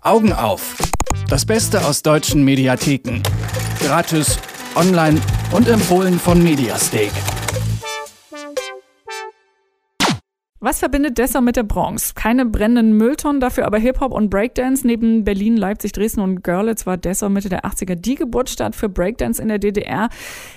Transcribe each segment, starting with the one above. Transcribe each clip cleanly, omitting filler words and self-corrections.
Augen auf. Das Beste aus deutschen Mediatheken. Gratis, online und empfohlen von Mediastake. Was verbindet Dessau mit der Bronx? Keine brennenden Mülltonnen, dafür aber Hip-Hop und Breakdance. Neben Berlin, Leipzig, Dresden und Görlitz war Dessau Mitte der 80er die Geburtsstadt für Breakdance in der DDR.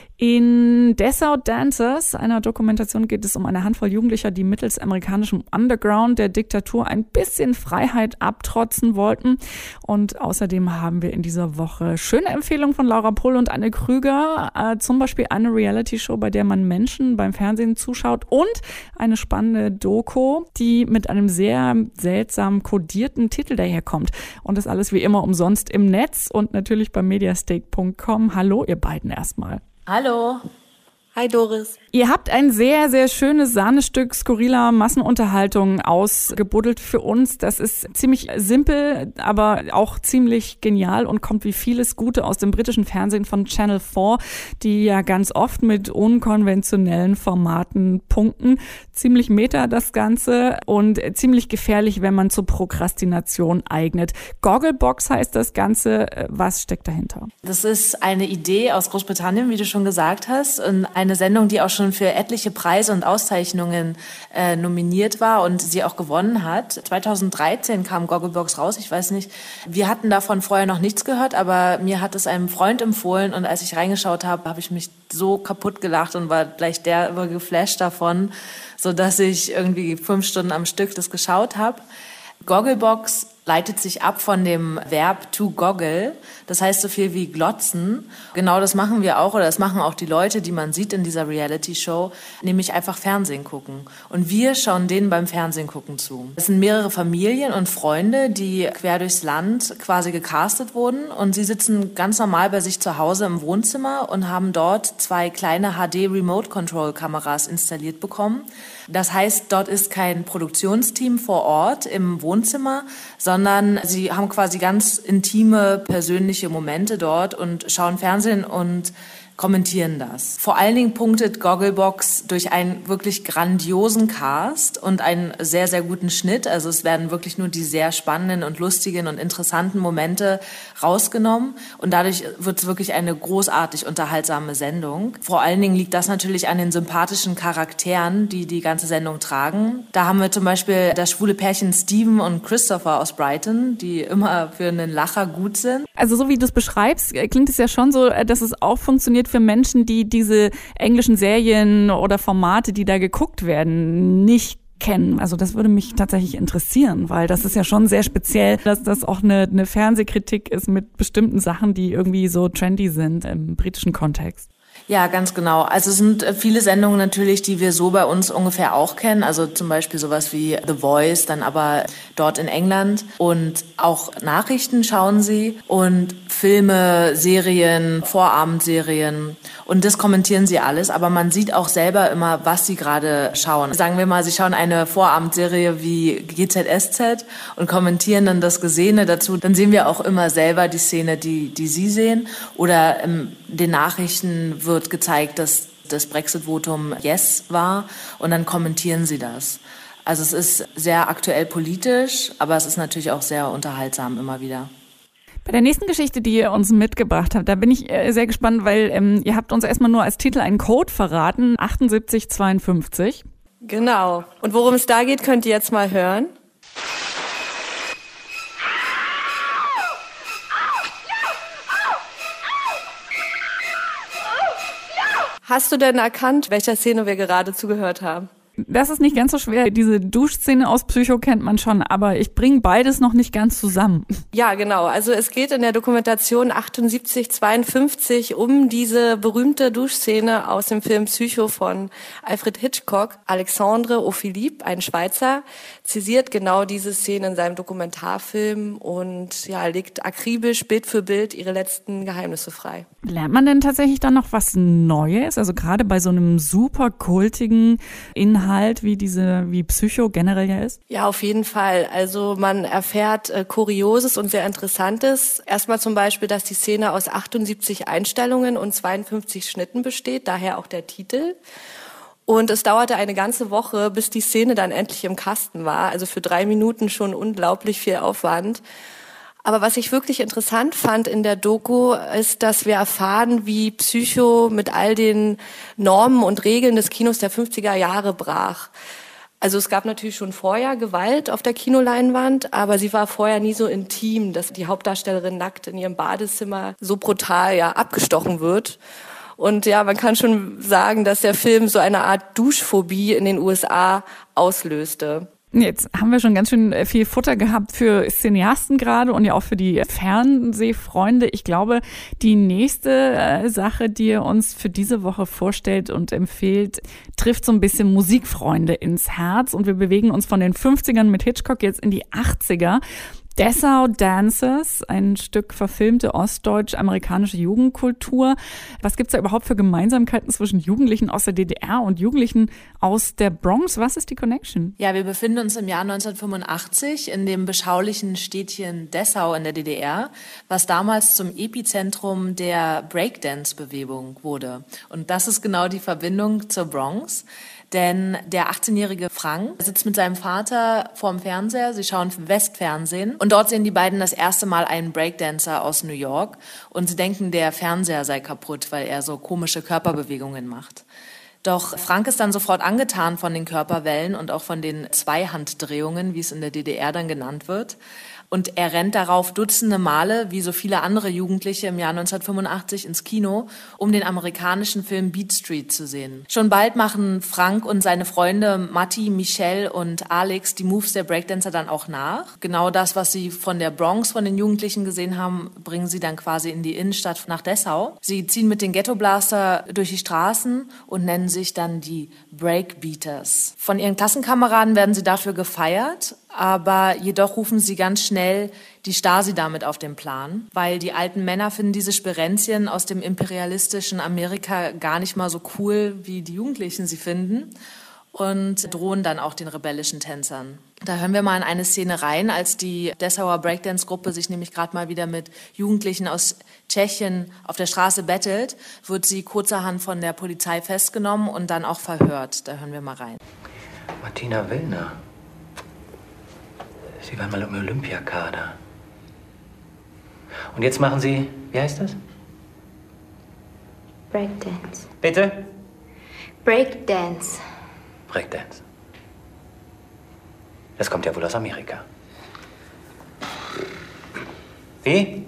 In Dessau Dancers, einer Dokumentation, geht es um eine Handvoll Jugendlicher, die mittels amerikanischem Underground der Diktatur ein bisschen Freiheit abtrotzen wollten. Und außerdem haben wir in dieser Woche schöne Empfehlungen von Laura Pohl und Anne Krüger, zum Beispiel eine Reality-Show, bei der man Menschen beim Fernsehen zuschaut, und eine spannende Doku, die mit einem sehr seltsam kodierten Titel daherkommt. Und das alles wie immer umsonst im Netz und natürlich bei mediastake.com. Hallo ihr beiden erstmal. Hallo. Hi Doris. Ihr habt ein sehr, sehr schönes Sahnestück skurriler Massenunterhaltung ausgebuddelt für uns. Das ist ziemlich simpel, aber auch ziemlich genial und kommt wie vieles Gute aus dem britischen Fernsehen von Channel 4, die ja ganz oft mit unkonventionellen Formaten punkten. Ziemlich meta das Ganze und ziemlich gefährlich, wenn man zur Prokrastination eignet. Gogglebox heißt das Ganze. Was steckt dahinter? Das ist eine Idee aus Großbritannien, wie du schon gesagt hast, und eine Sendung, die auch schon für etliche Preise und Auszeichnungen nominiert war und sie auch gewonnen hat. 2013 kam Gogglebox raus, ich weiß nicht, wir hatten davon vorher noch nichts gehört, aber mir hat es einem Freund empfohlen und als ich reingeschaut habe, habe ich mich so kaputt gelacht und war gleich derbe geflasht davon, sodass ich irgendwie 5 Stunden am Stück das geschaut habe. Gogglebox leitet sich ab von dem Verb to goggle, das heißt so viel wie glotzen. Genau das machen wir auch, oder das machen auch die Leute, die man sieht in dieser Reality-Show, nämlich einfach Fernsehen gucken. Und wir schauen denen beim Fernsehen gucken zu. Es sind mehrere Familien und Freunde, die quer durchs Land quasi gecastet wurden und sie sitzen ganz normal bei sich zu Hause im Wohnzimmer und haben dort 2 kleine HD-Remote-Control-Kameras installiert bekommen. Das heißt, dort ist kein Produktionsteam vor Ort im Wohnzimmer, sondern sie haben quasi ganz intime, persönliche Momente dort und schauen Fernsehen und kommentieren das. Vor allen Dingen punktet Gogglebox durch einen wirklich grandiosen Cast und einen sehr, sehr guten Schnitt. Also es werden wirklich nur die sehr spannenden und lustigen und interessanten Momente rausgenommen und dadurch wird es wirklich eine großartig unterhaltsame Sendung. Vor allen Dingen liegt das natürlich an den sympathischen Charakteren, die die ganze Sendung tragen. Da haben wir zum Beispiel das schwule Pärchen Steven und Christopher aus Brighton, die immer für einen Lacher gut sind. Also so wie du es beschreibst, klingt es ja schon so, dass es auch funktioniert für Menschen, die diese englischen Serien oder Formate, die da geguckt werden, nicht kennen. Also das würde mich tatsächlich interessieren, weil das ist ja schon sehr speziell, dass das auch eine Fernsehkritik ist mit bestimmten Sachen, die irgendwie so trendy sind im britischen Kontext. Ja, ganz genau. Also es sind viele Sendungen natürlich, die wir so bei uns ungefähr auch kennen. Also zum Beispiel sowas wie The Voice, dann aber dort in England. Und auch Nachrichten schauen sie und Filme, Serien, Vorabendserien. Und das kommentieren sie alles. Aber man sieht auch selber immer, was sie gerade schauen. Sagen wir mal, sie schauen eine Vorabendserie wie GZSZ und kommentieren dann das Gesehene dazu. Dann sehen wir auch immer selber die Szene, die sie sehen. Oder den Nachrichten wird gezeigt, dass das Brexit-Votum Yes war und dann kommentieren sie das. Also es ist sehr aktuell politisch, aber es ist natürlich auch sehr unterhaltsam immer wieder. Bei der nächsten Geschichte, die ihr uns mitgebracht habt, da bin ich sehr gespannt, weil ihr habt uns erstmal nur als Titel einen Code verraten, 7852. Genau. Und worum es da geht, könnt ihr jetzt mal hören. Hast du denn erkannt, welcher Szene wir gerade zugehört haben? Das ist nicht ganz so schwer. Diese Duschszene aus Psycho kennt man schon, aber ich bringe beides noch nicht ganz zusammen. Ja, genau. Also es geht in der Dokumentation 7852 um diese berühmte Duschszene aus dem Film Psycho von Alfred Hitchcock. Alexandre O'Philippe, ein Schweizer, zisiert genau diese Szene in seinem Dokumentarfilm und ja, legt akribisch Bild für Bild ihre letzten Geheimnisse frei. Lernt man denn tatsächlich dann noch was Neues? Also gerade bei so einem super kultigen Inhalt, wie Psycho generell ja ist? Ja, auf jeden Fall. Also man erfährt Kurioses und sehr Interessantes. Erstmal zum Beispiel, dass die Szene aus 78 Einstellungen und 52 Schnitten besteht, daher auch der Titel. Und es dauerte eine ganze Woche, bis die Szene dann endlich im Kasten war. Also für 3 Minuten schon unglaublich viel Aufwand. Aber was ich wirklich interessant fand in der Doku, ist, dass wir erfahren, wie Psycho mit all den Normen und Regeln des Kinos der 50er Jahre brach. Also es gab natürlich schon vorher Gewalt auf der Kinoleinwand, aber sie war vorher nie so intim, dass die Hauptdarstellerin nackt in ihrem Badezimmer so brutal abgestochen wird. Und man kann schon sagen, dass der Film so eine Art Duschphobie in den USA auslöste. Jetzt haben wir schon ganz schön viel Futter gehabt für Cineasten gerade und ja auch für die Fernsehfreunde. Ich glaube, die nächste Sache, die ihr uns für diese Woche vorstellt und empfiehlt, trifft so ein bisschen Musikfreunde ins Herz. Und wir bewegen uns von den 50ern mit Hitchcock jetzt in die 80er. Dessau Dancers, ein Stück verfilmte ostdeutsch-amerikanische Jugendkultur. Was gibt's da überhaupt für Gemeinsamkeiten zwischen Jugendlichen aus der DDR und Jugendlichen aus der Bronx? Was ist die Connection? Ja, wir befinden uns im Jahr 1985 in dem beschaulichen Städtchen Dessau in der DDR, was damals zum Epizentrum der Breakdance-Bewegung wurde. Und das ist genau die Verbindung zur Bronx. Denn der 18-jährige Frank sitzt mit seinem Vater vorm Fernseher, sie schauen Westfernsehen und dort sehen die beiden das erste Mal einen Breakdancer aus New York und sie denken, der Fernseher sei kaputt, weil er so komische Körperbewegungen macht. Doch Frank ist dann sofort angetan von den Körperwellen und auch von den Zweihanddrehungen, wie es in der DDR dann genannt wird. Und er rennt darauf Dutzende Male, wie so viele andere Jugendliche im Jahr 1985 ins Kino, um den amerikanischen Film Beat Street zu sehen. Schon bald machen Frank und seine Freunde Matti, Michelle und Alex die Moves der Breakdancer dann auch nach. Genau das, was sie von der Bronx, von den Jugendlichen gesehen haben, bringen sie dann quasi in die Innenstadt nach Dessau. Sie ziehen mit den Ghetto Blaster durch die Straßen und nennen sich dann die Breakbeaters. Von ihren Klassenkameraden werden sie dafür gefeiert, aber jedoch rufen sie ganz schnell die Stasi damit auf den Plan, weil die alten Männer finden diese Sperenzchen aus dem imperialistischen Amerika gar nicht mal so cool, wie die Jugendlichen sie finden und drohen dann auch den rebellischen Tänzern. Da hören wir mal in eine Szene rein, als die Dessauer Breakdance-Gruppe sich nämlich gerade mal wieder mit Jugendlichen aus Tschechien auf der Straße bettelt, wird sie kurzerhand von der Polizei festgenommen und dann auch verhört. Da hören wir mal rein. Martina Willner. Sie waren mal im Olympiakader. Und jetzt machen Sie, wie heißt das? Breakdance. Bitte? Breakdance. Breakdance. Das kommt ja wohl aus Amerika. Wie?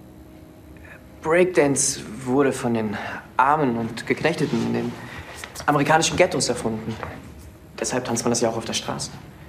Breakdance wurde von den Armen und Geknechteten in den amerikanischen Ghettos erfunden. Deshalb tanzt man das ja auch auf der Straße.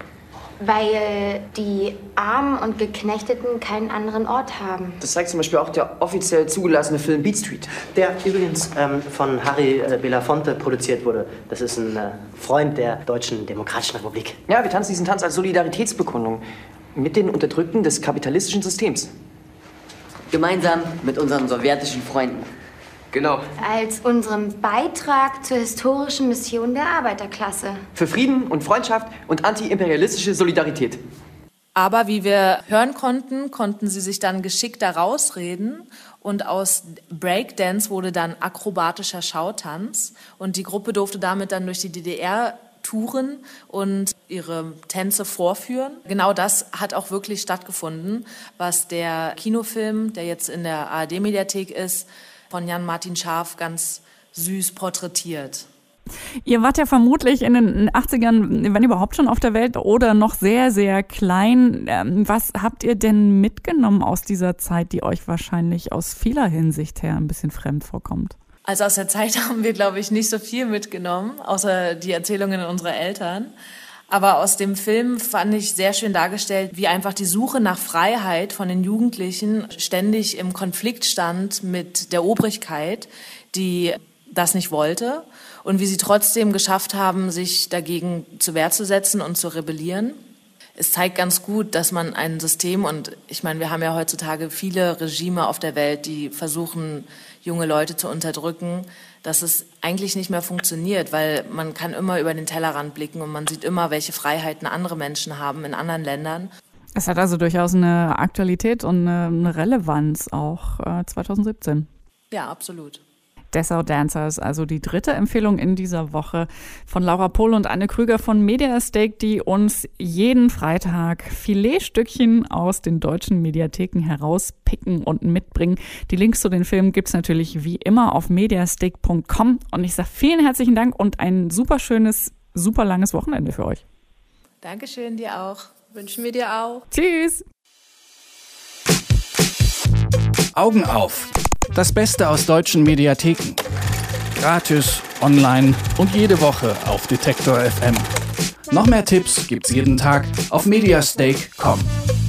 Weil die Armen und Geknechteten keinen anderen Ort haben. Das zeigt zum Beispiel auch der offiziell zugelassene Film Beat Street. Der übrigens von Harry Belafonte produziert wurde. Das ist ein Freund der Deutschen Demokratischen Republik. Ja, wir tanzen diesen Tanz als Solidaritätsbekundung mit den Unterdrückten des kapitalistischen Systems. Gemeinsam mit unseren sowjetischen Freunden. Genau. Als unserem Beitrag zur historischen Mission der Arbeiterklasse. Für Frieden und Freundschaft und antiimperialistische Solidarität. Aber wie wir hören konnten, konnten sie sich dann geschickt da rausreden und aus Breakdance wurde dann akrobatischer Schautanz und die Gruppe durfte damit dann durch die DDR touren und ihre Tänze vorführen. Genau das hat auch wirklich stattgefunden, was der Kinofilm, der jetzt in der ARD-Mediathek ist, von Jan-Martin Schaaf ganz süß porträtiert. Ihr wart ja vermutlich in den 80ern, wenn überhaupt schon auf der Welt oder noch sehr, sehr klein. Was habt ihr denn mitgenommen aus dieser Zeit, die euch wahrscheinlich aus vieler Hinsicht her ein bisschen fremd vorkommt? Also aus der Zeit haben wir, glaube ich, nicht so viel mitgenommen, außer die Erzählungen unserer Eltern. Aber aus dem Film fand ich sehr schön dargestellt, wie einfach die Suche nach Freiheit von den Jugendlichen ständig im Konflikt stand mit der Obrigkeit, die das nicht wollte und wie sie trotzdem geschafft haben, sich dagegen zur Wehr zu setzen und zu rebellieren. Es zeigt ganz gut, dass man ein System, und ich meine, wir haben ja heutzutage viele Regime auf der Welt, die versuchen, junge Leute zu unterdrücken, dass es eigentlich nicht mehr funktioniert, weil man kann immer über den Tellerrand blicken und man sieht immer, welche Freiheiten andere Menschen haben in anderen Ländern. Es hat also durchaus eine Aktualität und eine Relevanz auch 2017. Ja, absolut. Dessau Dancers, also die dritte Empfehlung in dieser Woche von Laura Pohl und Anne Krüger von Mediasteak, die uns jeden Freitag Filetstückchen aus den deutschen Mediatheken herauspicken und mitbringen. Die Links zu den Filmen gibt's natürlich wie immer auf mediasteak.com und ich sage vielen herzlichen Dank und ein super schönes, super langes Wochenende für euch. Dankeschön, dir auch. Wünschen wir dir auch. Tschüss. Augen auf. Das Beste aus deutschen Mediatheken. Gratis, online und jede Woche auf Detektor FM. Noch mehr Tipps gibt's jeden Tag auf mediasteak.com.